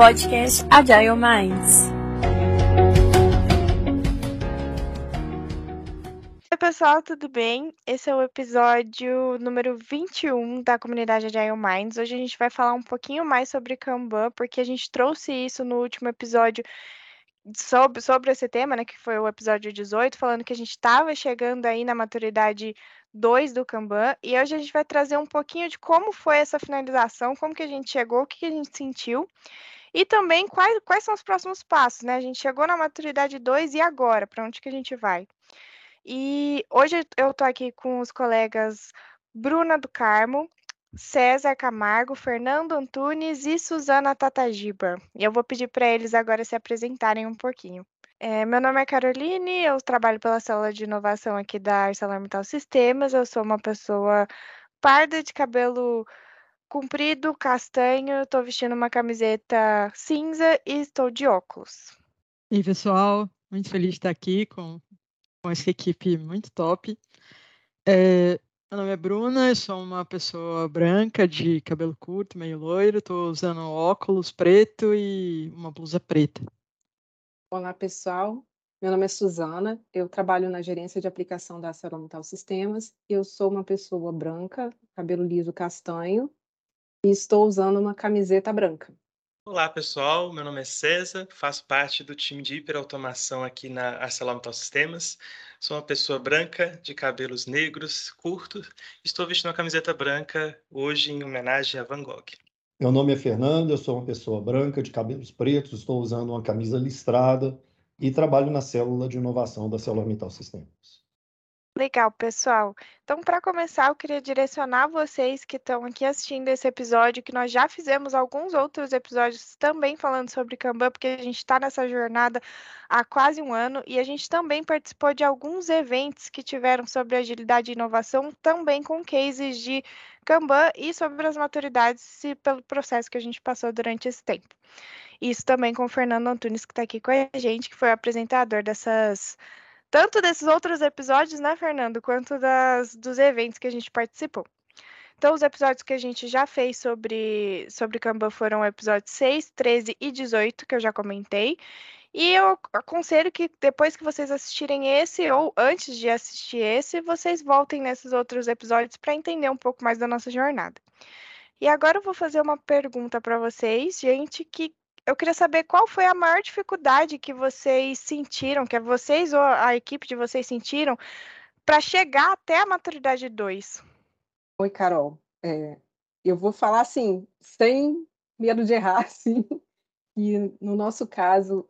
podcast Agile Minds. Oi, pessoal, tudo bem? Esse é o episódio número 21 da comunidade Agile Minds. Hoje a gente vai falar um pouquinho mais sobre Kanban, porque a gente trouxe isso no último episódio sobre esse tema, né, que foi o episódio 18, falando que a gente estava chegando aí na maturidade 2 do Kanban, e hoje a gente vai trazer um pouquinho de como foi essa finalização, como que a gente chegou, o que a gente sentiu, e também quais são os próximos passos, né? A gente chegou na maturidade 2 e agora? Para onde que a gente vai? E hoje eu tô aqui com os colegas Bruna do Carmo, César Camargo, Fernando Antunes e Suzana Tatagiba. E eu vou pedir para eles agora se apresentarem um pouquinho. Meu nome é Caroline, eu trabalho pela célula de inovação aqui da ArcelorMittal Sistemas. Eu sou uma pessoa parda de cabelo comprido, castanho, estou vestindo uma camiseta cinza e estou de óculos. E aí, pessoal, muito feliz de estar aqui com essa equipe muito top. Meu nome é Bruna, eu sou uma pessoa branca de cabelo curto, meio loiro, estou usando óculos preto e uma blusa preta. Olá, pessoal. Meu nome é Suzana, eu trabalho na gerência de aplicação da ArcelorMittal Sistemas. Eu sou uma pessoa branca, cabelo liso castanho, e estou usando uma camiseta branca. Olá, pessoal. Meu nome é César, faço parte do time de hiperautomação aqui na ArcelorMittal Sistemas. Sou uma pessoa branca, de cabelos negros, curtos. Estou vestindo uma camiseta branca hoje em homenagem a Van Gogh. Meu nome é Fernando, eu sou uma pessoa branca, de cabelos pretos, estou usando uma camisa listrada e trabalho na célula de inovação da ArcelorMittal Sistemas. Legal, pessoal. Então, para começar, eu queria direcionar vocês que estão aqui assistindo esse episódio, que nós já fizemos alguns outros episódios também falando sobre Kanban, porque a gente está nessa jornada há quase um ano e a gente também participou de alguns eventos que tiveram sobre agilidade e inovação, também com cases de Kanban e sobre as maturidades e pelo processo que a gente passou durante esse tempo. Isso também com o Fernando Antunes, que está aqui com a gente, que foi o apresentador tanto desses outros episódios, né, Fernando, quanto dos eventos que a gente participou. Então, os episódios que a gente já fez sobre Kanban foram episódios 6, 13 e 18, que eu já comentei. E eu aconselho que depois que vocês assistirem esse, ou antes de assistir esse, vocês voltem nesses outros episódios para entender um pouco mais da nossa jornada. E agora eu vou fazer uma pergunta para vocês, gente, que eu queria saber qual foi a maior dificuldade que vocês sentiram, que vocês ou a equipe de vocês sentiram, para chegar até a maturidade 2. Oi, Carol. Eu vou falar assim, sem medo de errar, assim, e no nosso caso,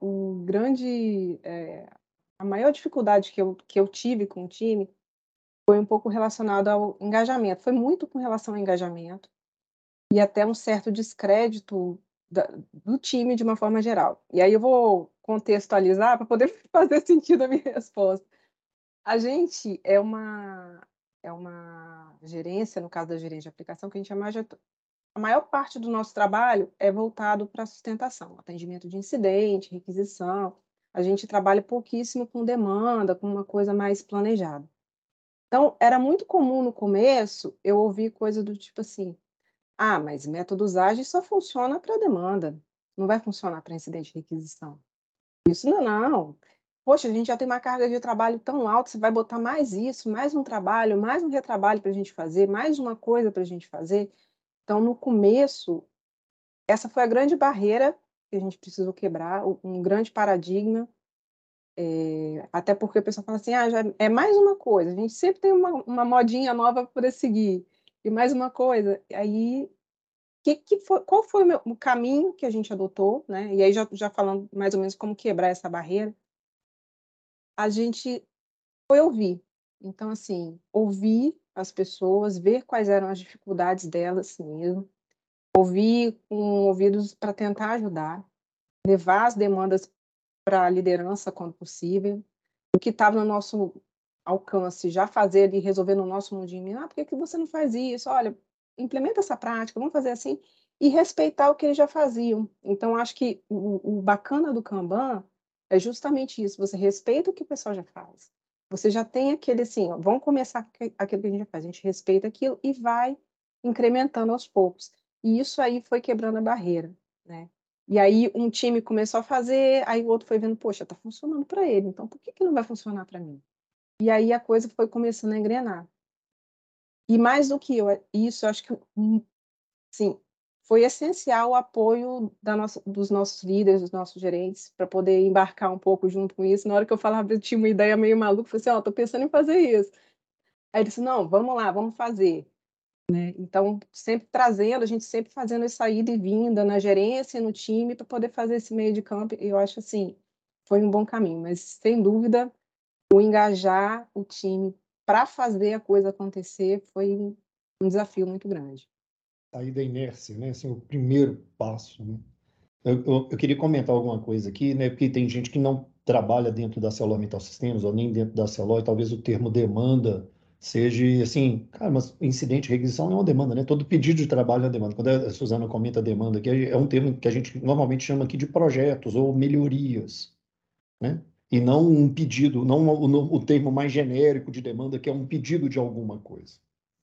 a maior dificuldade que eu tive com o time foi um pouco relacionado ao engajamento. Foi muito com relação ao engajamento e até um certo descrédito do time de uma forma geral. E aí eu vou contextualizar para poder fazer sentido a minha resposta. A gente é uma gerência, no caso da gerência de aplicação, que a gente chama de... A maior parte do nosso trabalho é voltado para a sustentação, atendimento de incidente, requisição. A gente trabalha pouquíssimo com demanda, com uma coisa mais planejada. Então, era muito comum no começo eu ouvir coisa do tipo assim: ah, mas métodos ágeis só funciona para demanda, não vai funcionar para incidente de requisição. Isso não. Poxa, a gente já tem uma carga de trabalho tão alta, você vai botar mais isso, mais um trabalho, mais um retrabalho para a gente fazer, mais uma coisa para a gente fazer. Então, no começo, essa foi a grande barreira que a gente precisou quebrar, um grande paradigma, até porque o pessoal fala assim, já é mais uma coisa, a gente sempre tem uma modinha nova para poder seguir, e mais uma coisa. Aí, qual foi o caminho que a gente adotou, né? E aí, já falando mais ou menos como quebrar essa barreira, a gente foi ouvir. Então, assim, ouvir as pessoas, ver quais eram as dificuldades delas mesmo, ouvir com ouvidos para tentar ajudar, levar as demandas para a liderança quando possível, o que estava no nosso alcance, já fazer ali, resolver no nosso mundinho. Por que você não faz isso? Olha, implementa essa prática, vamos fazer assim, e respeitar o que eles já faziam. Então, acho que o bacana do Kanban é justamente isso, você respeita o que o pessoal já faz. Você já tem aquele assim, vamos começar aquilo que a gente já faz, a gente respeita aquilo e vai incrementando aos poucos. E isso aí foi quebrando a barreira, né? E aí um time começou a fazer, aí o outro foi vendo, poxa, tá funcionando para ele, então por que não vai funcionar para mim? E aí a coisa foi começando a engrenar. E mais do que isso, eu acho que, sim, foi essencial o apoio dos nossos líderes, dos nossos gerentes, para poder embarcar um pouco junto com isso. Na hora que eu falava, eu tinha uma ideia meio maluca, eu falei assim, ó, tô pensando em fazer isso. Aí ele disse, não, vamos lá, vamos fazer. Né? Então, sempre trazendo, a gente sempre fazendo essa ida e vinda na gerência, no time, para poder fazer esse meio de campo. E eu acho assim, foi um bom caminho, mas sem dúvida, o engajar o time para fazer a coisa acontecer foi um desafio muito grande. Sair da inércia, né? Assim, o primeiro passo, né? Eu queria comentar alguma coisa aqui, né? Porque tem gente que não trabalha dentro da ArcelorMittal Sistemas ou nem dentro da Arcelor, e talvez o termo demanda seja assim, cara, mas incidente de requisição é uma demanda, né? Todo pedido de trabalho é uma demanda. Quando a Suzana comenta demanda aqui, é um termo que a gente normalmente chama aqui de projetos ou melhorias, né? E não um pedido, não o termo mais genérico de demanda, que é um pedido de alguma coisa.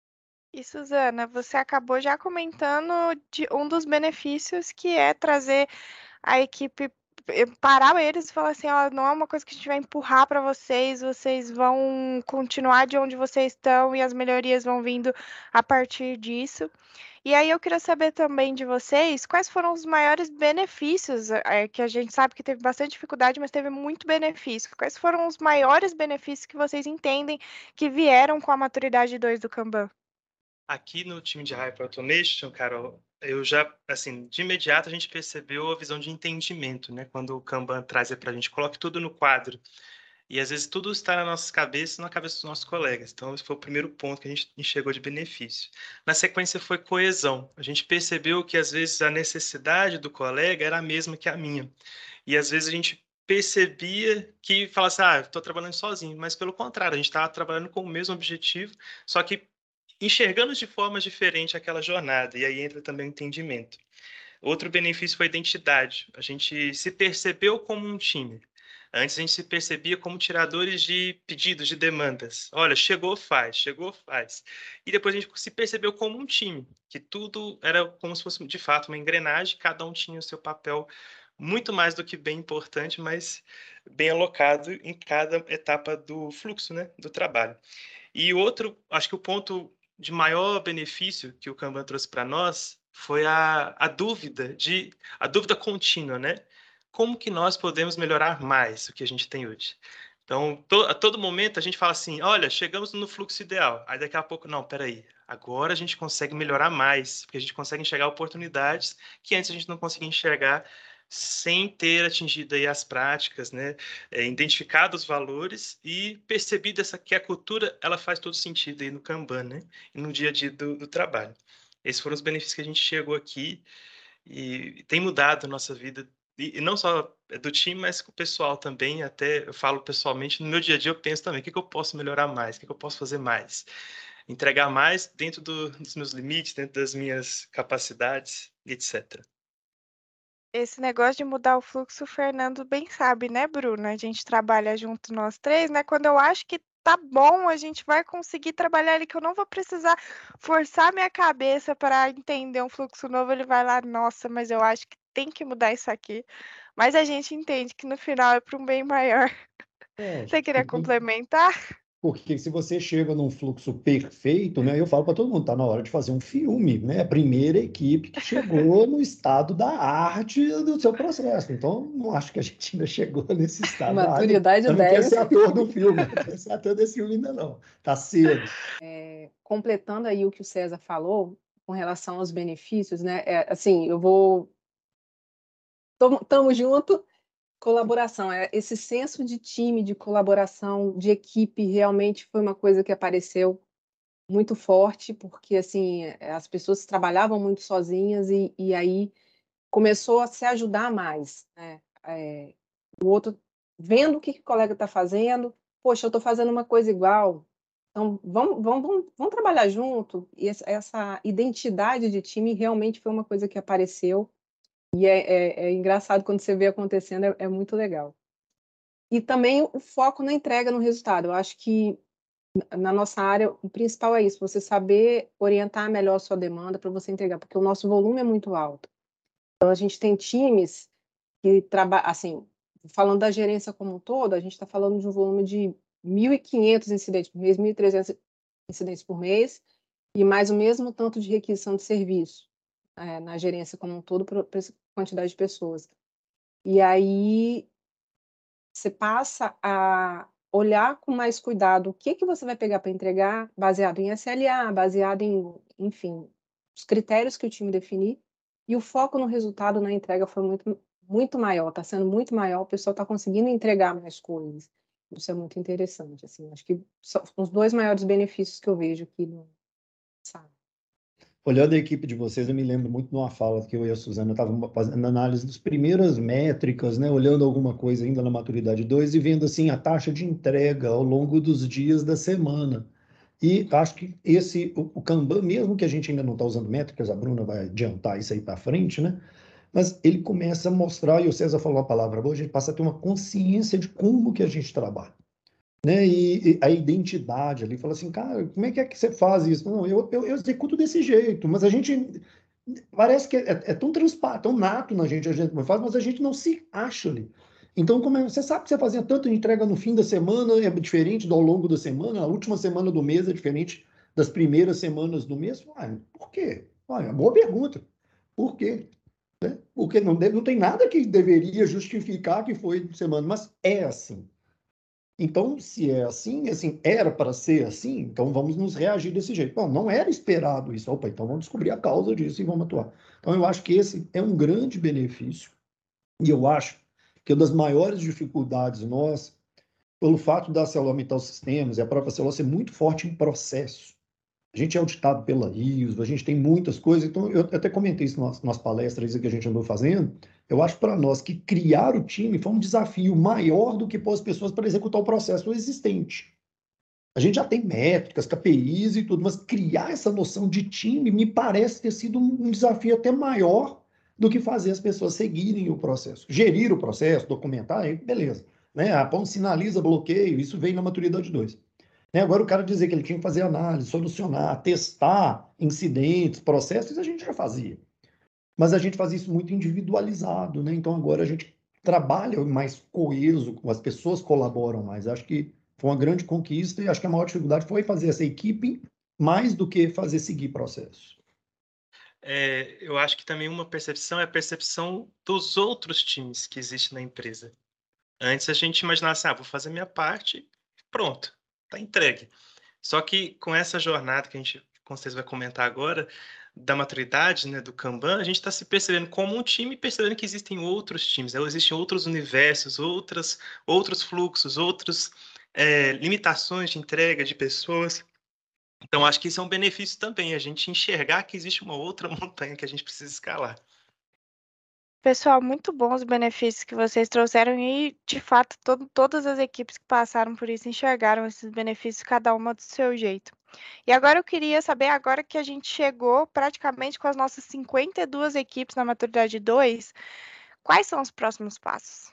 E Suzana, você acabou já comentando de um dos benefícios que é trazer a equipe, parar eles e falar assim, ó, não é uma coisa que a gente vai empurrar para vocês, vocês vão continuar de onde vocês estão e as melhorias vão vindo a partir disso. E aí eu queria saber também de vocês, quais foram os maiores benefícios, que a gente sabe que teve bastante dificuldade, mas teve muito benefício. Quais foram os maiores benefícios que vocês entendem que vieram com a maturidade 2 do Kanban? Aqui no time de Hyper Automation, Carol, eu já, assim, de imediato a gente percebeu a visão de entendimento, né? Quando o Kanban traz para a gente, coloque tudo no quadro. E às vezes tudo está na nossa cabeça e na cabeça dos nossos colegas. Então, esse foi o primeiro ponto que a gente enxergou de benefício. Na sequência foi coesão. A gente percebeu que às vezes a necessidade do colega era a mesma que a minha. E às vezes a gente percebia que falava assim, estou trabalhando sozinho, mas pelo contrário, a gente estava trabalhando com o mesmo objetivo, só que enxergando de forma diferente aquela jornada, e aí entra também o entendimento. Outro benefício foi a identidade. A gente se percebeu como um time. Antes a gente se percebia como tiradores de pedidos, de demandas. Olha, chegou, faz, chegou, faz. E depois a gente se percebeu como um time, que tudo era como se fosse de fato uma engrenagem, cada um tinha o seu papel muito mais do que bem importante, mas bem alocado em cada etapa do fluxo, né, do trabalho. E outro, acho que o ponto de maior benefício que o Kanban trouxe para nós foi a dúvida contínua, né? Como que nós podemos melhorar mais o que a gente tem hoje? Então, a todo momento a gente fala assim, olha, chegamos no fluxo ideal. Aí daqui a pouco, não, peraí, agora a gente consegue melhorar mais, porque a gente consegue enxergar oportunidades que antes a gente não conseguia enxergar sem ter atingido aí as práticas, né? Identificado os valores e percebido que a cultura ela faz todo sentido aí no Kanban, né? E no dia a dia do trabalho. Esses foram os benefícios que a gente chegou aqui e tem mudado a nossa vida, e não só do time, mas com o pessoal também. Até eu falo pessoalmente, no meu dia a dia eu penso também, o que eu posso melhorar mais, o que eu posso fazer mais, entregar mais dentro dos meus limites, dentro das minhas capacidades, etc. Esse negócio de mudar o fluxo, o Fernando bem sabe, né, Bruna? A gente trabalha junto nós três, né? Quando eu acho que tá bom, a gente vai conseguir trabalhar ali, que eu não vou precisar forçar minha cabeça para entender um fluxo novo. Ele vai lá, nossa, mas eu acho que tem que mudar isso aqui. Mas a gente entende que no final é para um bem maior. Você queria complementar? Porque se você chega num fluxo perfeito, né, eu falo para todo mundo, tá na hora de fazer um filme, né? A primeira equipe que chegou no estado da arte do seu processo. Então, não acho que a gente ainda chegou nesse estado. Maturidade Eu não quero 10. ser ator do filme, não quero ser ator desse filme ainda não. Tá cedo. Completando aí o que o César falou, com relação aos benefícios, né? Assim, eu vou. Tamo junto. Colaboração, esse senso de time, de colaboração, de equipe, realmente foi uma coisa que apareceu muito forte, porque assim as pessoas trabalhavam muito sozinhas e aí começou a se ajudar mais, né? O outro vendo o que o colega está fazendo, poxa, eu estou fazendo uma coisa igual, então vamos trabalhar junto. E essa identidade de time realmente foi uma coisa que apareceu. E é engraçado quando você vê acontecendo, é muito legal. E também o foco na entrega, no resultado. Eu acho que na nossa área, o principal é isso, você saber orientar melhor a sua demanda para você entregar, porque o nosso volume é muito alto. Então, a gente tem times que trabalham, assim, falando da gerência como um todo, a gente está falando de um volume de 1.500 incidentes por mês, 1.300 incidentes por mês, e mais o mesmo tanto de requisição de serviço na gerência como um todo para essa quantidade de pessoas. E aí você passa a olhar com mais cuidado o que você vai pegar para entregar, baseado em SLA, baseado em, enfim, os critérios que o time definir, e o foco no resultado na entrega foi muito maior, está sendo muito maior, o pessoal está conseguindo entregar mais coisas. Isso é muito interessante, assim, acho que são os 2 maiores benefícios que eu vejo aqui no sabe. Olhando a equipe de vocês, eu me lembro muito de uma fala que eu e a Suzana estavam fazendo análise das primeiras métricas, né, olhando alguma coisa ainda na maturidade 2 e vendo assim a taxa de entrega ao longo dos dias da semana. E acho que o Kanban, mesmo que a gente ainda não está usando métricas, a Bruna vai adiantar isso aí para frente, né? Mas ele começa a mostrar, e o César falou a palavra boa, a gente passa a ter uma consciência de como que a gente trabalha. Né? E a identidade ali, fala assim, cara, como é que você faz isso? Não, eu executo desse jeito, mas a gente parece que é tão transparente, tão nato na gente, a gente não faz, mas a gente não se acha ali. Então, você sabe que você fazia tanta entrega no fim da semana, é diferente do ao longo da semana, a última semana do mês é diferente das primeiras semanas do mês. Por quê? Boa pergunta. Por quê? Né? Porque não tem nada que deveria justificar que foi semana, mas é assim. Então, se é assim, era para ser assim, então vamos nos reagir desse jeito. Bom, não era esperado isso. Opa, então vamos descobrir a causa disso e vamos atuar. Então, eu acho que esse é um grande benefício. E eu acho que uma das maiores dificuldades nossas, pelo fato da ArcelorMittal Sistemas e a própria Arcelor ser muito forte em processo. A gente é auditado pela ISO, a gente tem muitas coisas, então eu até comentei isso nas palestras que a gente andou fazendo. Eu acho para nós que criar o time foi um desafio maior do que pôr as pessoas para executar o processo existente. A gente já tem métricas, KPIs e tudo, mas criar essa noção de time me parece ter sido um desafio até maior do que fazer as pessoas seguirem o processo. Gerir o processo, documentar, beleza. Né? A POM sinaliza bloqueio, isso vem na maturidade 2. Né? Agora, o cara dizer que ele tinha que fazer análise, solucionar, testar incidentes, processos, a gente já fazia. Mas a gente fazia isso muito individualizado, né? Então, agora a gente trabalha mais coeso, as pessoas colaboram mais. Acho que foi uma grande conquista e acho que a maior dificuldade foi fazer essa equipe mais do que fazer seguir processos. Eu acho que também uma percepção é a percepção dos outros times que existem na empresa. Antes a gente imaginava assim, vou fazer minha parte, pronto, tá entregue. Só que com essa jornada que a gente com certeza vai comentar agora, da maturidade, né, do Kanban, a gente está se percebendo como um time e percebendo que existem outros times, existem outros universos, outros fluxos, outras limitações de entrega de pessoas. Então, acho que isso é um benefício também, a gente enxergar que existe uma outra montanha que a gente precisa escalar. Pessoal, muito bons os benefícios que vocês trouxeram e, de fato, todas as equipes que passaram por isso enxergaram esses benefícios, cada uma do seu jeito. E agora eu queria saber, agora que a gente chegou praticamente com as nossas 52 equipes na maturidade 2, quais são os próximos passos?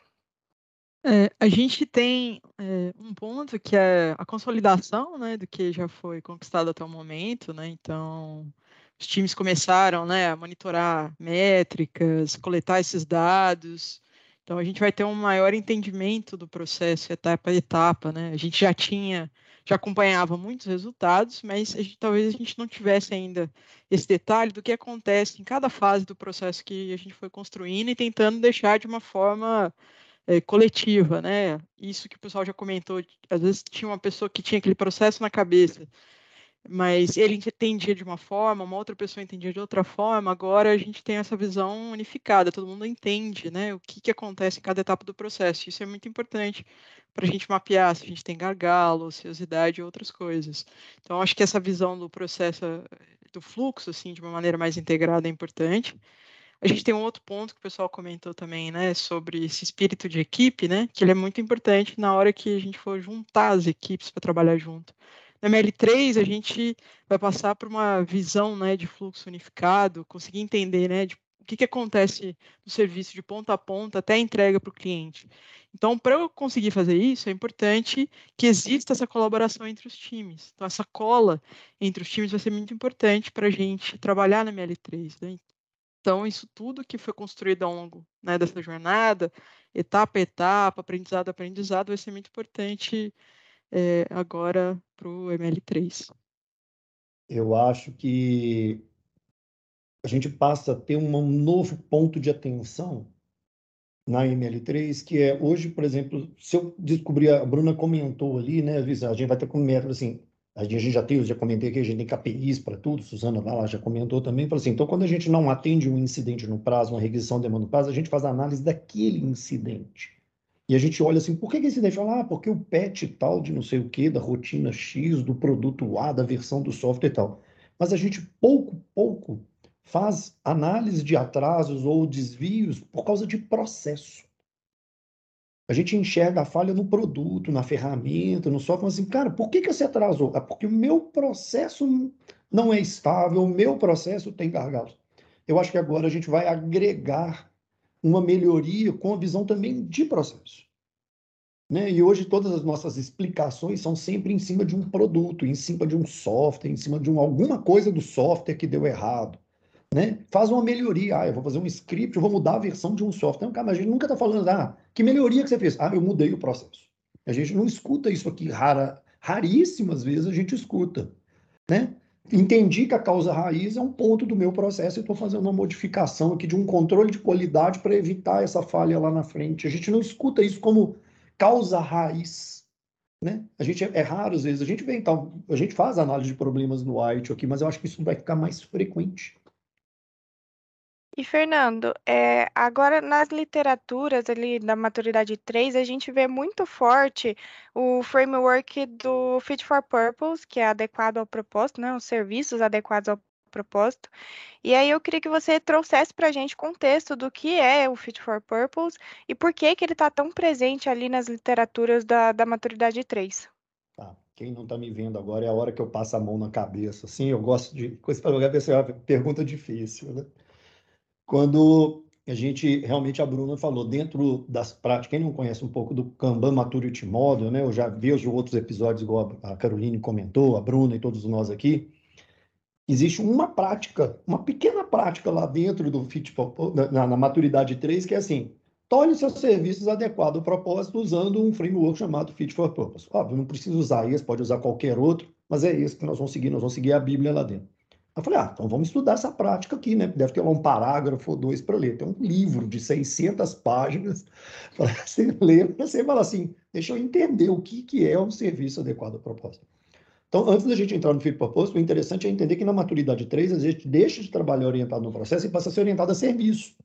A gente tem um ponto que é a consolidação, né, do que já foi conquistado até o momento, né? Então, os times começaram, né, a monitorar métricas, coletar esses dados. Então, a gente vai ter um maior entendimento do processo etapa a etapa, né? A gente já acompanhava muitos resultados, mas talvez a gente não tivesse ainda esse detalhe do que acontece em cada fase do processo que a gente foi construindo e tentando deixar de uma forma coletiva, né? Isso que o pessoal já comentou, às vezes tinha uma pessoa que tinha aquele processo na cabeça, mas ele entendia de uma forma, uma outra pessoa entendia de outra forma, agora a gente tem essa visão unificada, todo mundo entende, né, o que acontece em cada etapa do processo. Isso é muito importante para a gente mapear se a gente tem gargalo, ociosidade e outras coisas. Então, acho que essa visão do processo, do fluxo, assim, de uma maneira mais integrada é importante. A gente tem um outro ponto que o pessoal comentou também, né, sobre esse espírito de equipe, né, que ele é muito importante na hora que a gente for juntar as equipes para trabalhar junto. Na ML3, a gente vai passar por uma visão, né, de fluxo unificado, conseguir entender, né, de o que acontece no serviço de ponta a ponta até a entrega para o cliente. Então, para eu conseguir fazer isso, é importante que exista essa colaboração entre os times. Então, essa cola entre os times vai ser muito importante para a gente trabalhar na ML3, né? Então, isso tudo que foi construído ao longo, né, dessa jornada, etapa a etapa, aprendizado a aprendizado, vai ser muito importante agora para o ML3. Eu acho que a gente passa a ter um novo ponto de atenção na ML3, que é hoje, por exemplo, se eu descobrir, a Bruna comentou ali, né, a gente vai ter como método assim, a gente já comentei aqui, a gente tem KPIs para tudo, Suzana vai lá, já comentou também, falou assim, então quando a gente não atende um incidente no prazo, uma requisição de demanda no prazo, a gente faz a análise daquele incidente. E a gente olha assim, por que esse incidente? Fala, porque o patch tal de não sei o que, da rotina X, do produto A, da versão do software e tal. Mas a gente pouco faz análise de atrasos ou desvios por causa de processo. A gente enxerga a falha no produto, na ferramenta, no software, assim, cara, por que você atrasou? É porque o meu processo não é estável, o meu processo tem gargalos. Eu acho que agora a gente vai agregar uma melhoria com a visão também de processo. Né? E hoje todas as nossas explicações são sempre em cima de um produto, em cima de um software, em cima de alguma coisa do software que deu errado. Né? Faz uma melhoria. Eu vou fazer um script, eu vou mudar a versão de um software. Não, cara, mas a gente nunca está falando, que melhoria que você fez? Eu mudei o processo. A gente não escuta isso aqui, raríssimas vezes a gente escuta. Né? Entendi que a causa raiz é um ponto do meu processo e estou fazendo uma modificação aqui de um controle de qualidade para evitar essa falha lá na frente. A gente não escuta isso como causa raiz. Né? É raro, às vezes, a gente vem, então, a gente faz análise de problemas no ITIL aqui, mas eu acho que isso vai ficar mais frequente. E, Fernando, agora nas literaturas ali da maturidade 3, a gente vê muito forte o framework do Fit for Purpose, que é adequado ao propósito, né? Os serviços adequados ao propósito. E aí eu queria que você trouxesse para a gente contexto do que é o Fit for Purpose e por que que ele está tão presente ali nas literaturas da maturidade 3. Tá. Quem não está me vendo agora é a hora que eu passo a mão na cabeça. Assim, eu gosto de coisa para lugar, é uma pergunta difícil, né? Quando a gente, realmente, a Bruna falou, dentro das práticas, quem não conhece um pouco do Kanban Maturity Model, né? Eu já vi os outros episódios, igual a Caroline comentou, a Bruna e todos nós aqui, existe uma prática, uma pequena prática lá dentro do Fit for, na maturidade 3, que é assim, torne seus serviços adequados ao propósito usando um framework chamado Fit for Purpose. Óbvio, não precisa usar esse, pode usar qualquer outro, mas é esse que nós vamos seguir a Bíblia lá dentro. Eu falei, então vamos estudar essa prática aqui, né? Deve ter lá um parágrafo ou dois para ler. Tem um livro de 600 páginas para você ler, para você falar assim, deixa eu entender o que é um serviço adequado ao propósito. Então, antes da gente entrar no Fit for Purpose, o interessante é entender que na maturidade 3, a gente deixa de trabalhar orientado no processo e passa a ser orientado a serviço.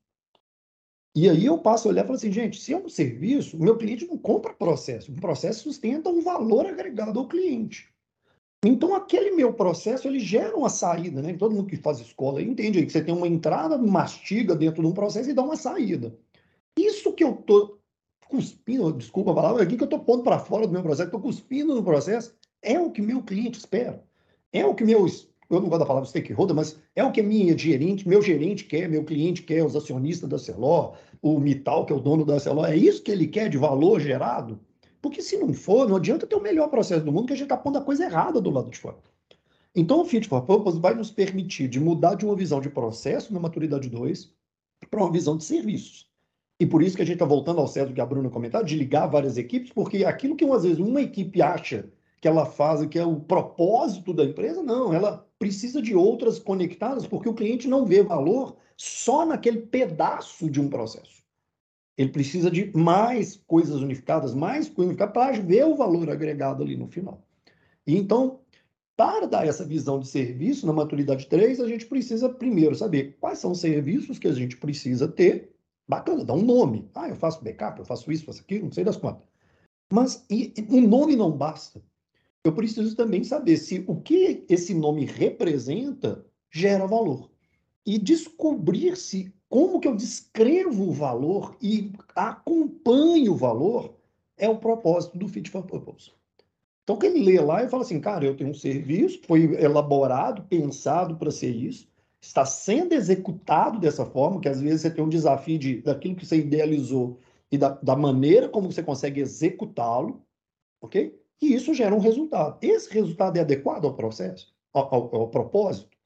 E aí eu passo a olhar e falo assim, gente, se é um serviço, o meu cliente não compra processo. O processo sustenta um valor agregado ao cliente. Então, aquele meu processo, ele gera uma saída, né? Todo mundo que faz escola entende aí que você tem uma entrada, mastiga dentro de um processo e dá uma saída. Isso que eu estou cuspindo, desculpa a palavra, aqui que eu estou pondo para fora do meu processo, estou cuspindo no processo, é o que meu cliente espera. É o que eu não gosto da palavra stakeholder, mas é o que meu gerente quer, meu cliente quer, os acionistas da Celor, o Mital, que é o dono da Celor, é isso que ele quer de valor gerado? Porque se não for, não adianta ter o melhor processo do mundo, que a gente está pondo a coisa errada do lado de fora. Então, o Fit for Purpose vai nos permitir de mudar de uma visão de processo na maturidade 2 para uma visão de serviços. E por isso que a gente está voltando ao certo que a Bruna comentou, de ligar várias equipes, porque aquilo que às vezes uma equipe acha que ela faz, que é o propósito da empresa, não, ela precisa de outras conectadas, porque o cliente não vê valor só naquele pedaço de um processo. Ele precisa de mais coisas unificadas para ver o valor agregado ali no final. E então, para dar essa visão de serviço na maturidade 3, a gente precisa primeiro saber quais são os serviços que a gente precisa ter. Bacana, dá um nome. Eu faço backup, eu faço isso, faço aquilo, não sei das quantas. Mas um nome não basta. Eu preciso também saber se o que esse nome representa gera valor. E descobrir se como que eu descrevo o valor e acompanho o valor é o propósito do Fit for Purpose. Então, quem lê lá e fala assim, cara, eu tenho um serviço, foi elaborado, pensado para ser isso, está sendo executado dessa forma, que às vezes você tem um desafio daquilo que você idealizou e da maneira como você consegue executá-lo, ok? E isso gera um resultado. Esse resultado é adequado ao processo, ao propósito?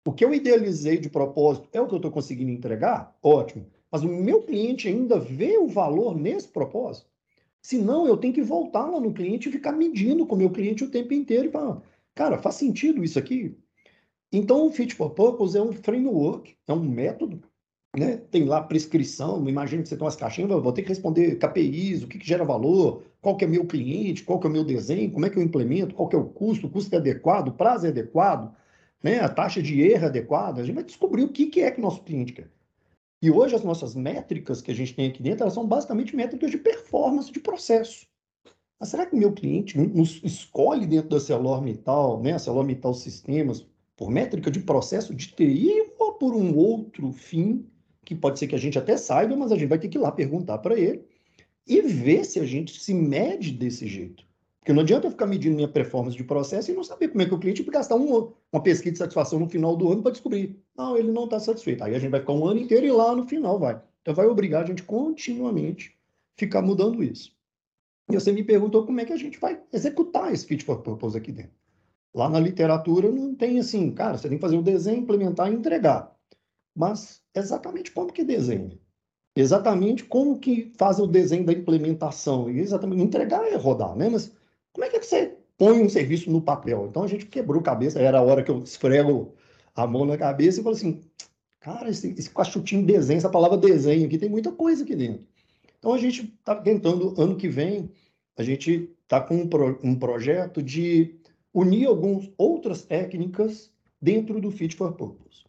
O que eu idealizei de propósito é o que eu estou conseguindo entregar? Ótimo. Mas o meu cliente ainda vê o valor nesse propósito? Senão, eu tenho que voltar lá no cliente e ficar medindo com o meu cliente o tempo inteiro e falar, cara, faz sentido isso aqui? Então, o Fit for Purpose é um framework, é um método, né? Tem lá prescrição, imagina que você tem umas caixinhas, vou ter que responder KPIs, o que gera valor, qual que é meu cliente, qual que é o meu desenho, como é que eu implemento, qual que é o custo é adequado, o prazo é adequado, né? A taxa de erro é adequada, a gente vai descobrir o que é que nosso cliente quer. E hoje as nossas métricas que a gente tem aqui dentro, elas são basicamente métricas de performance de processo. Mas será que o meu cliente nos escolhe dentro da ArcelorMittal, né, ArcelorMittal Sistemas, por métrica de processo de TI ou por um outro fim, que pode ser que a gente até saiba, mas a gente vai ter que ir lá perguntar para ele e ver se a gente se mede desse jeito. Porque não adianta eu ficar medindo minha performance de processo e não saber como é que o cliente vai gastar uma pesquisa de satisfação no final do ano para descobrir. Não, ele não está satisfeito. Aí a gente vai ficar um ano inteiro e lá no final vai. Então vai obrigar a gente continuamente ficar mudando isso. E você me perguntou como é que a gente vai executar esse Fit for Purpose aqui dentro. Lá na literatura não tem assim, cara, você tem que fazer um desenho, implementar e entregar. Mas exatamente como que desenha? Exatamente como que faz o desenho da implementação? E exatamente, entregar é rodar, né? Mas como é que você põe um serviço no papel? Então a gente quebrou a cabeça, era a hora que eu esfrego a mão na cabeça e falo assim, cara, esse cachutinho desenho, essa palavra desenho aqui, tem muita coisa aqui dentro. Então, a gente está tentando, ano que vem, a gente está com um projeto de unir algumas outras técnicas dentro do Fit for Purpose.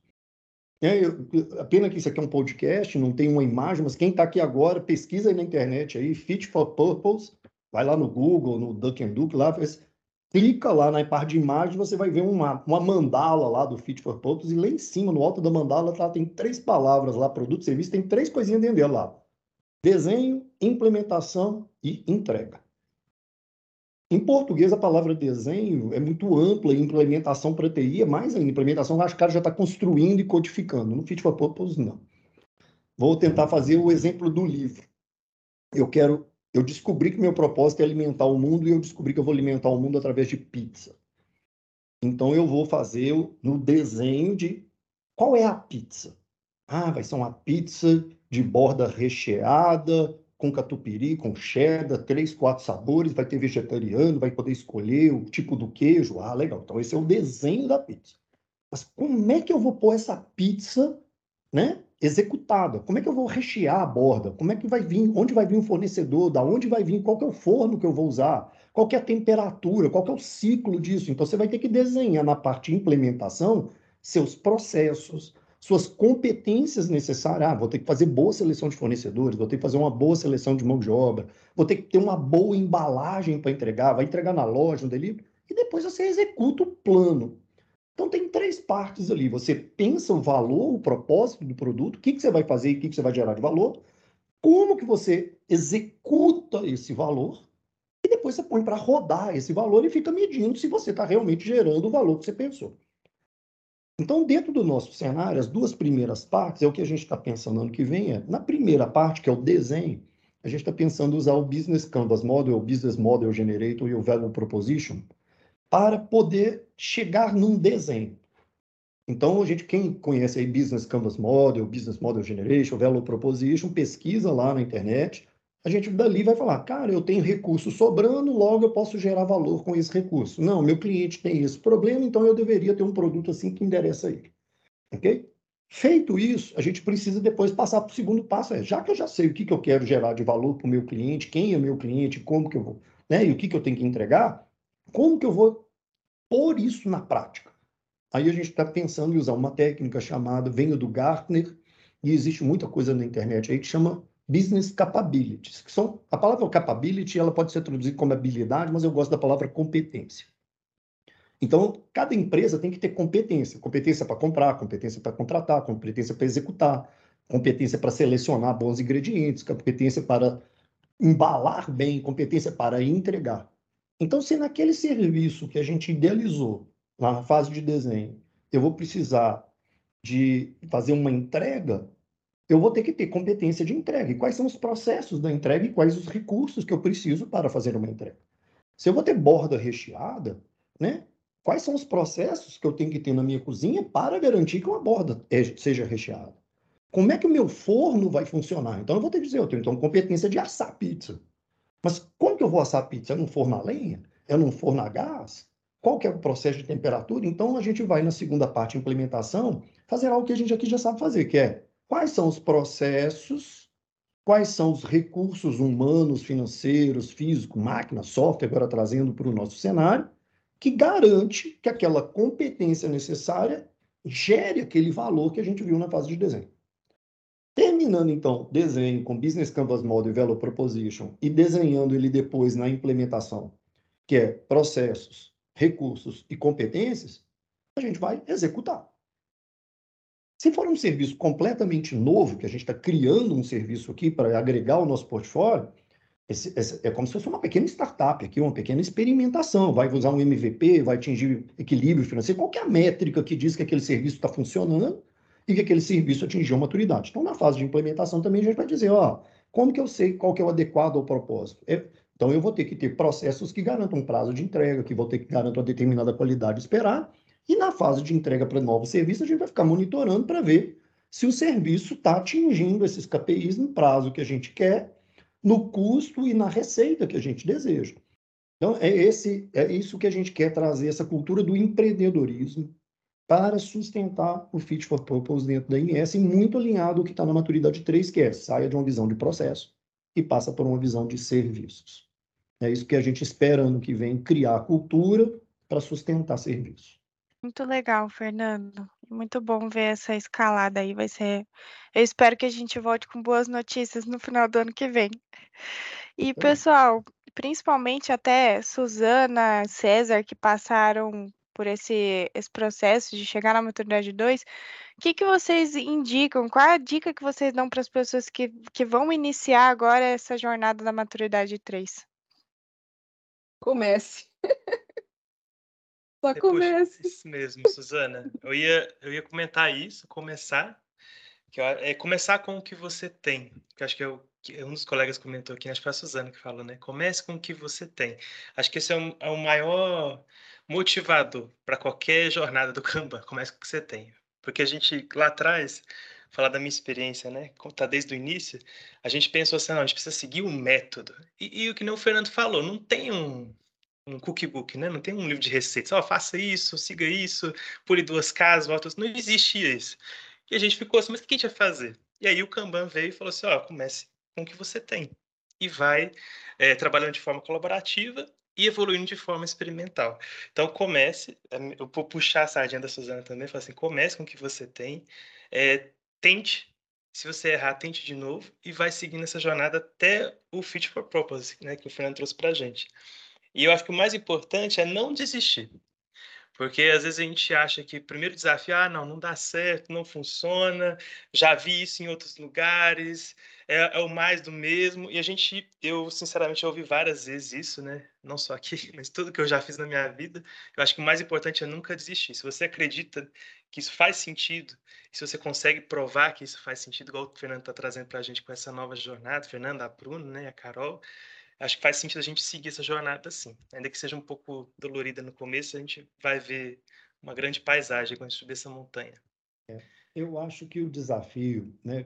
A pena que isso aqui é um podcast, não tem uma imagem, mas quem está aqui agora, pesquisa aí na internet, aí, Fit for Purpose, vai lá no Google, no DuckDuck, lá, clica lá na parte de imagem, você vai ver uma mandala lá do Fit for Purpose, e lá em cima, no alto da mandala, lá, tem 3 palavras lá, produto, serviço, tem 3 coisinhas dentro dela lá. Desenho, implementação e entrega. Em português, a palavra desenho é muito ampla e implementação para TI é mais ainda. Implementação, acho que o cara já está construindo e codificando. No Fit for Purpose, não. Vou tentar fazer o exemplo do livro. Eu descobri que meu propósito é alimentar o mundo e eu descobri que eu vou alimentar o mundo através de pizza. Então, eu vou fazer no desenho de qual é a pizza. Ah, vai ser uma pizza de borda recheada, com catupiry, com cheddar, 3, 4 sabores, vai ter vegetariano, vai poder escolher o tipo do queijo. Ah, legal. Então, esse é o desenho da pizza. Mas como é que eu vou pôr essa pizza, né, executada? Como é que eu vou rechear a borda? Como é que vai vir? Onde vai vir o fornecedor? Da onde vai vir? Qual que é o forno que eu vou usar? Qual que é a temperatura? Qual que é o ciclo disso? Então, você vai ter que desenhar na parte de implementação seus processos, suas competências necessárias. Ah, vou ter que fazer boa seleção de fornecedores, vou ter que fazer uma boa seleção de mão de obra, vou ter que ter uma boa embalagem para entregar, vai entregar na loja, no delivery, e depois você executa o plano. Então, tem 3 partes ali. Você pensa o valor, o propósito do produto, o que você vai fazer e o que você vai gerar de valor, como que você executa esse valor, e depois você põe para rodar esse valor e fica medindo se você está realmente gerando o valor que você pensou. Então, dentro do nosso cenário, as 2 primeiras partes é o que a gente está pensando ano que vem. Na primeira parte, que é o desenho, a gente está pensando em usar o Business Canvas Model, o Business Model Generator e o Value Proposition para poder chegar num desenho. Então, quem conhece aí Business Canvas Model, Business Model Generation, Value Proposition, pesquisa lá na internet, a gente dali vai falar, cara, eu tenho recurso sobrando, logo eu posso gerar valor com esse recurso. Não, meu cliente tem esse problema, então eu deveria ter um produto assim que endereça ele. Ok? Feito isso, a gente precisa depois passar para o segundo passo. Já que eu já sei o que eu quero gerar de valor para o meu cliente, quem é meu cliente, como que eu vou, né, e o que eu tenho que entregar, como que eu vou pôr isso na prática? Aí a gente está pensando em usar uma técnica chamada, venho do Gartner, e existe muita coisa na internet aí que chama Business Capabilities, que são, a palavra capability, ela pode ser traduzida como habilidade, mas eu gosto da palavra competência. Então, cada empresa tem que ter competência. Competência para comprar, competência para contratar, competência para executar, competência para selecionar bons ingredientes, competência para embalar bem, competência para entregar. Então, se naquele serviço que a gente idealizou, lá na fase de desenho, eu vou precisar de fazer uma entrega, eu vou ter que ter competência de entrega. E quais são os processos da entrega e quais os recursos que eu preciso para fazer uma entrega? Se eu vou ter borda recheada, né? quais são os processos que eu tenho que ter na minha cozinha para garantir que uma borda seja recheada. Como é que o meu forno vai funcionar? Então, eu vou ter que dizer, eu tenho então competência de assar pizza. Mas como que eu vou assar pizza? É num forno a lenha? É num forno a gás? Qual que é o processo de temperatura? Então, a gente vai na segunda parte, implementação, fazer algo que a gente aqui já sabe fazer, que é quais são os processos, quais são os recursos humanos, financeiros, físicos, máquina, software, agora trazendo para o nosso cenário, que garante que aquela competência necessária gere aquele valor que a gente viu na fase de desenho. Terminando, então, desenho com Business Canvas Model e Value Proposition e desenhando ele depois na implementação, que é processos, recursos e competências, a gente vai executar. Se for um serviço completamente novo, que a gente está criando um serviço aqui para agregar ao nosso portfólio, é como se fosse uma pequena startup aqui, uma pequena experimentação. Vai usar um MVP, vai atingir equilíbrio financeiro, qual que é a métrica que diz que aquele serviço está funcionando e que aquele serviço atingiu a maturidade. Então, na fase de implementação também a gente vai dizer, ó, como que eu sei qual que é o adequado ao propósito? Então, eu vou ter que ter processos que garantam um prazo de entrega, que vou ter que garantir uma determinada qualidade esperar, e na fase de entrega para novos serviços, a gente vai ficar monitorando para ver se o serviço está atingindo esses KPIs no prazo que a gente quer, no custo e na receita que a gente deseja. Então, é isso que a gente quer trazer, essa cultura do empreendedorismo para sustentar o Fit for Purpose dentro da IMS, muito alinhado ao que está na maturidade 3, que é saia de uma visão de processo e passa por uma visão de serviços. É isso que a gente espera ano que vem, criar cultura para sustentar serviços. Muito legal, Fernando. Muito bom ver essa escalada aí. Eu espero que a gente volte com boas notícias no final do ano que vem. E, pessoal, principalmente até Suzana, César, que passaram por esse processo de chegar na maturidade 2, o que vocês indicam? Qual é a dica que vocês dão para as pessoas que vão iniciar agora essa jornada da maturidade 3? Comece. Só Poxa, comece. isso mesmo, Suzana. Eu ia comentar isso, começar com o que você tem. Que eu acho que um dos colegas comentou aqui, acho que foi a Suzana que falou, né? Comece com o que você tem. Acho que esse é o maior motivador para qualquer jornada do Kanban. Comece com o que você tem. Porque a gente, lá atrás, falar da minha experiência, né? Tá desde o início, a gente pensou assim, não, a gente precisa seguir um método. E o que nem o Fernando falou, não tem um cookbook, né? Não tem um livro de receitas. Ó, faça isso, siga isso, pule 2 casas, volta. Não existia isso. E a gente ficou assim, mas o que a gente vai fazer? E aí o Kanban veio e falou assim, ó, comece com o que você tem. E vai trabalhando de forma colaborativa e evoluindo de forma experimental. Então comece, eu vou puxar a sardinha da Suzana também, falar assim, comece com o que você tem, tente, se você errar, tente de novo e vai seguindo essa jornada até o Fit for Purpose, né, que o Fernando trouxe pra gente. E eu acho que o mais importante é não desistir. Porque às vezes a gente acha que o primeiro desafio, não dá certo, não funciona, já vi isso em outros lugares, é o mais do mesmo. E eu sinceramente ouvi várias vezes isso, né? Não só aqui, mas tudo que eu já fiz na minha vida. Eu acho que o mais importante é nunca desistir. Se você acredita que isso faz sentido, se você consegue provar que isso faz sentido, igual o Fernando está trazendo para a gente com essa nova jornada, Fernando, a Bruna, né, a Carol, acho que faz sentido a gente seguir essa jornada assim. Ainda que seja um pouco dolorida no começo, a gente vai ver uma grande paisagem quando a gente subir essa montanha. Eu acho que o desafio, né,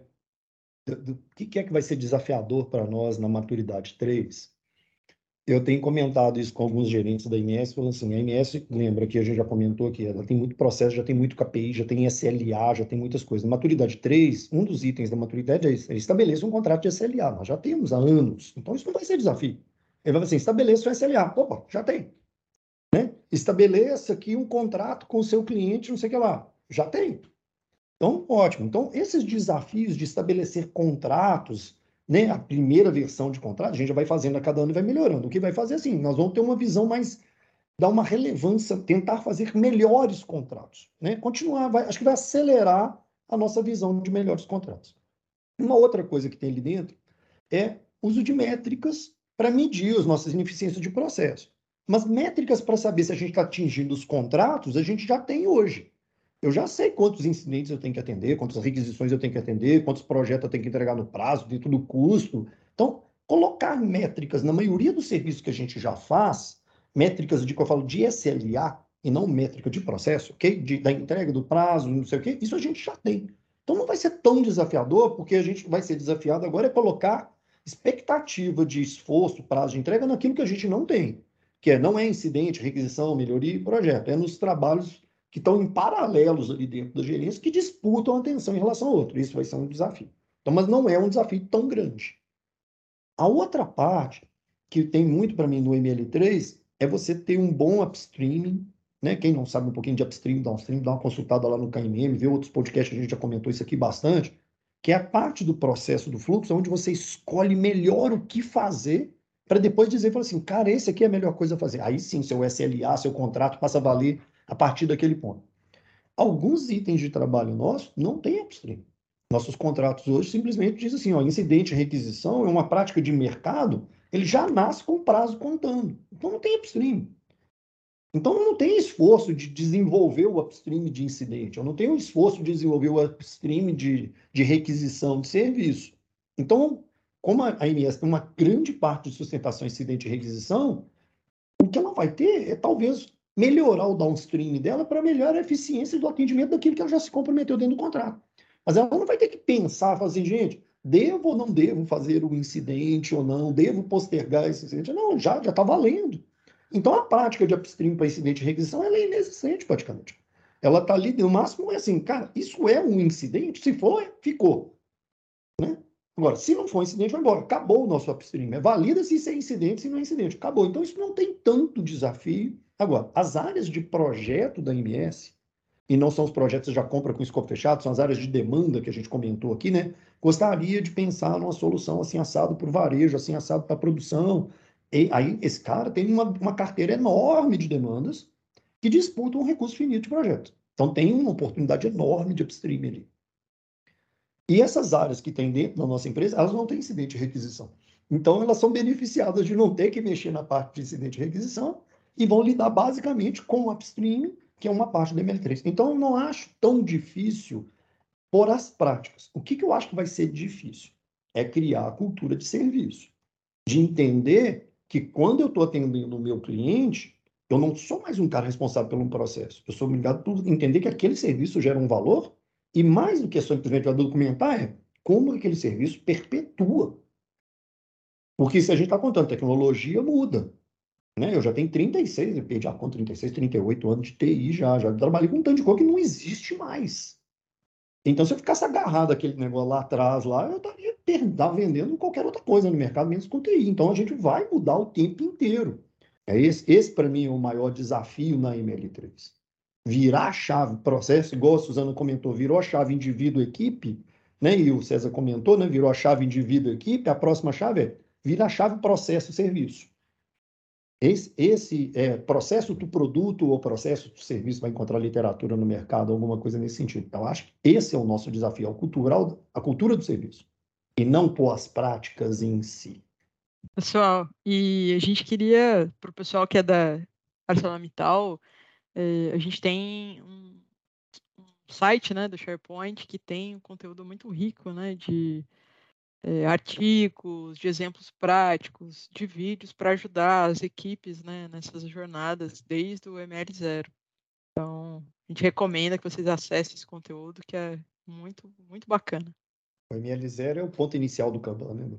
do que é que vai ser desafiador para nós na maturidade 3, eu tenho comentado isso com alguns gerentes da MS, falando assim, a MS, lembra que a gente já comentou aqui, ela tem muito processo, já tem muito KPI, já tem SLA, já tem muitas coisas. Na maturidade 3, um dos itens da maturidade é estabeleça um contrato de SLA. Nós já temos há anos, então isso não vai ser desafio. Ele vai falar assim, estabeleça um SLA. Opa, já tem. Né? Estabeleça aqui um contrato com o seu cliente, não sei o que lá. Já tem. Então, ótimo. Então, esses desafios de estabelecer contratos, né, a primeira versão de contrato, a gente já vai fazendo a cada ano e vai melhorando. O que vai fazer assim, nós vamos ter uma visão mais, dar uma relevância, tentar fazer melhores contratos, né? Continuar, acho que vai acelerar a nossa visão de melhores contratos. Uma outra coisa que tem ali dentro é uso de métricas para medir as nossas ineficiências de processo. Mas métricas para saber se a gente está atingindo os contratos, a gente já tem hoje. Eu já sei quantos incidentes eu tenho que atender, quantas requisições eu tenho que atender, quantos projetos eu tenho que entregar no prazo, dentro do custo. Então, colocar métricas na maioria dos serviços que a gente já faz, métricas de que eu falo de SLA, e não métrica de processo, ok? Da entrega, do prazo, não sei o quê, isso a gente já tem. Então não vai ser tão desafiador, porque a gente vai ser desafiado agora é colocar expectativa de esforço, prazo de entrega naquilo que a gente não tem, que não é incidente, requisição, melhoria e projeto, é nos trabalhos que estão em paralelos ali dentro da gerência, que disputam atenção em relação ao outro. Isso vai ser um desafio. Então, mas não é um desafio tão grande. A outra parte, que tem muito para mim no ML3, é você ter um bom upstreaming, né? Quem não sabe um pouquinho de upstream, downstream, dá uma consultada lá no KMM, vê outros podcasts, a gente já comentou isso aqui bastante, que é a parte do processo do fluxo, onde você escolhe melhor o que fazer, para depois dizer, fala assim, cara, esse aqui é a melhor coisa a fazer. Aí sim, seu SLA, seu contrato passa a valer a partir daquele ponto. Alguns itens de trabalho nosso não tem upstream. Nossos contratos hoje simplesmente dizem assim, ó, incidente e requisição é uma prática de mercado, ele já nasce com prazo contando. Então não tem upstream. Então não tem esforço de desenvolver o upstream de incidente, eu não tenho esforço de desenvolver o upstream de requisição de serviço. Então, como a ANS tem uma grande parte de sustentação incidente e requisição, o que ela vai ter é talvez melhorar o downstream dela para melhorar a eficiência do atendimento daquilo que ela já se comprometeu dentro do contrato. Mas ela não vai ter que pensar, falar assim, gente, devo ou não devo fazer o incidente ou não, devo postergar esse incidente. Não, já está valendo. Então, a prática de upstream para incidente e requisição ela é inexistente, praticamente. Ela está ali, no máximo, é assim, cara, isso é um incidente? Se for, ficou. Né? Agora, se não for um incidente, vai embora. Acabou o nosso upstream. Valida se isso é incidente, se não é incidente. Acabou. Então, isso não tem tanto desafio. Agora, as áreas de projeto da MS, e não são os projetos que já compra com escopo fechado, são as áreas de demanda que a gente comentou aqui, né? Gostaria de pensar numa solução assim assado para o varejo, assim assado para a produção. E aí, esse cara tem uma carteira enorme de demandas que disputam um recurso finito de projeto. Então, tem uma oportunidade enorme de upstream ali. E essas áreas que tem dentro da nossa empresa, elas não têm incidente de requisição. Então, elas são beneficiadas de não ter que mexer na parte de incidente de requisição e vão lidar basicamente com o upstream, que é uma parte do ML3. Então, eu não acho tão difícil por as práticas. O que eu acho que vai ser difícil? É criar a cultura de serviço. De entender que quando eu estou atendendo o meu cliente, eu não sou mais um cara responsável por um processo. Eu sou obrigado por entender que aquele serviço gera um valor e mais do que simplesmente documentar é como aquele serviço perpetua. Porque se a gente está contando, tecnologia muda. Né? Eu já tenho 36, eu perdi a conta, 36, 38 anos de TI já trabalhei com um tanto de coisa que não existe mais. Então, se eu ficasse agarrado àquele negócio lá atrás, eu estaria vendendo qualquer outra coisa no mercado, menos com TI. Então, a gente vai mudar o tempo inteiro. Esse para mim, é o maior desafio na ML3. Virar a chave, processo, igual a Suzana comentou, virou a chave indivíduo-equipe, né? E o César comentou, né? Virou a chave indivíduo-equipe, a próxima chave é virar a chave processo-serviço. Esse processo do produto ou processo do serviço, vai encontrar literatura no mercado, alguma coisa nesse sentido. Então, acho que esse é o nosso desafio, a cultura do serviço, e não por as práticas em si. Pessoal, e a gente queria, para o pessoal que é da ArcelorMittal, a gente tem um site, né, do SharePoint que tem um conteúdo muito rico, né, de artigos, de exemplos práticos, de vídeos para ajudar as equipes, né, nessas jornadas desde o ML0. Então, a gente recomenda que vocês acessem esse conteúdo, que é muito, muito bacana. O ML0 é o ponto inicial do Kanban, né?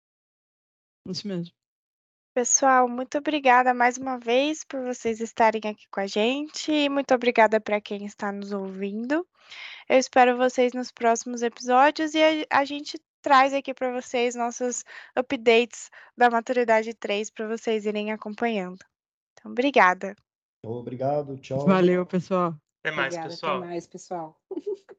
Isso mesmo. Pessoal, muito obrigada mais uma vez por vocês estarem aqui com a gente e muito obrigada para quem está nos ouvindo. Eu espero vocês nos próximos episódios e a gente traz aqui para vocês nossos updates da Maturidade 3 para vocês irem acompanhando. Então, obrigada. Obrigado, tchau. Valeu, pessoal. Até mais, Obrigada, pessoal. até mais, pessoal.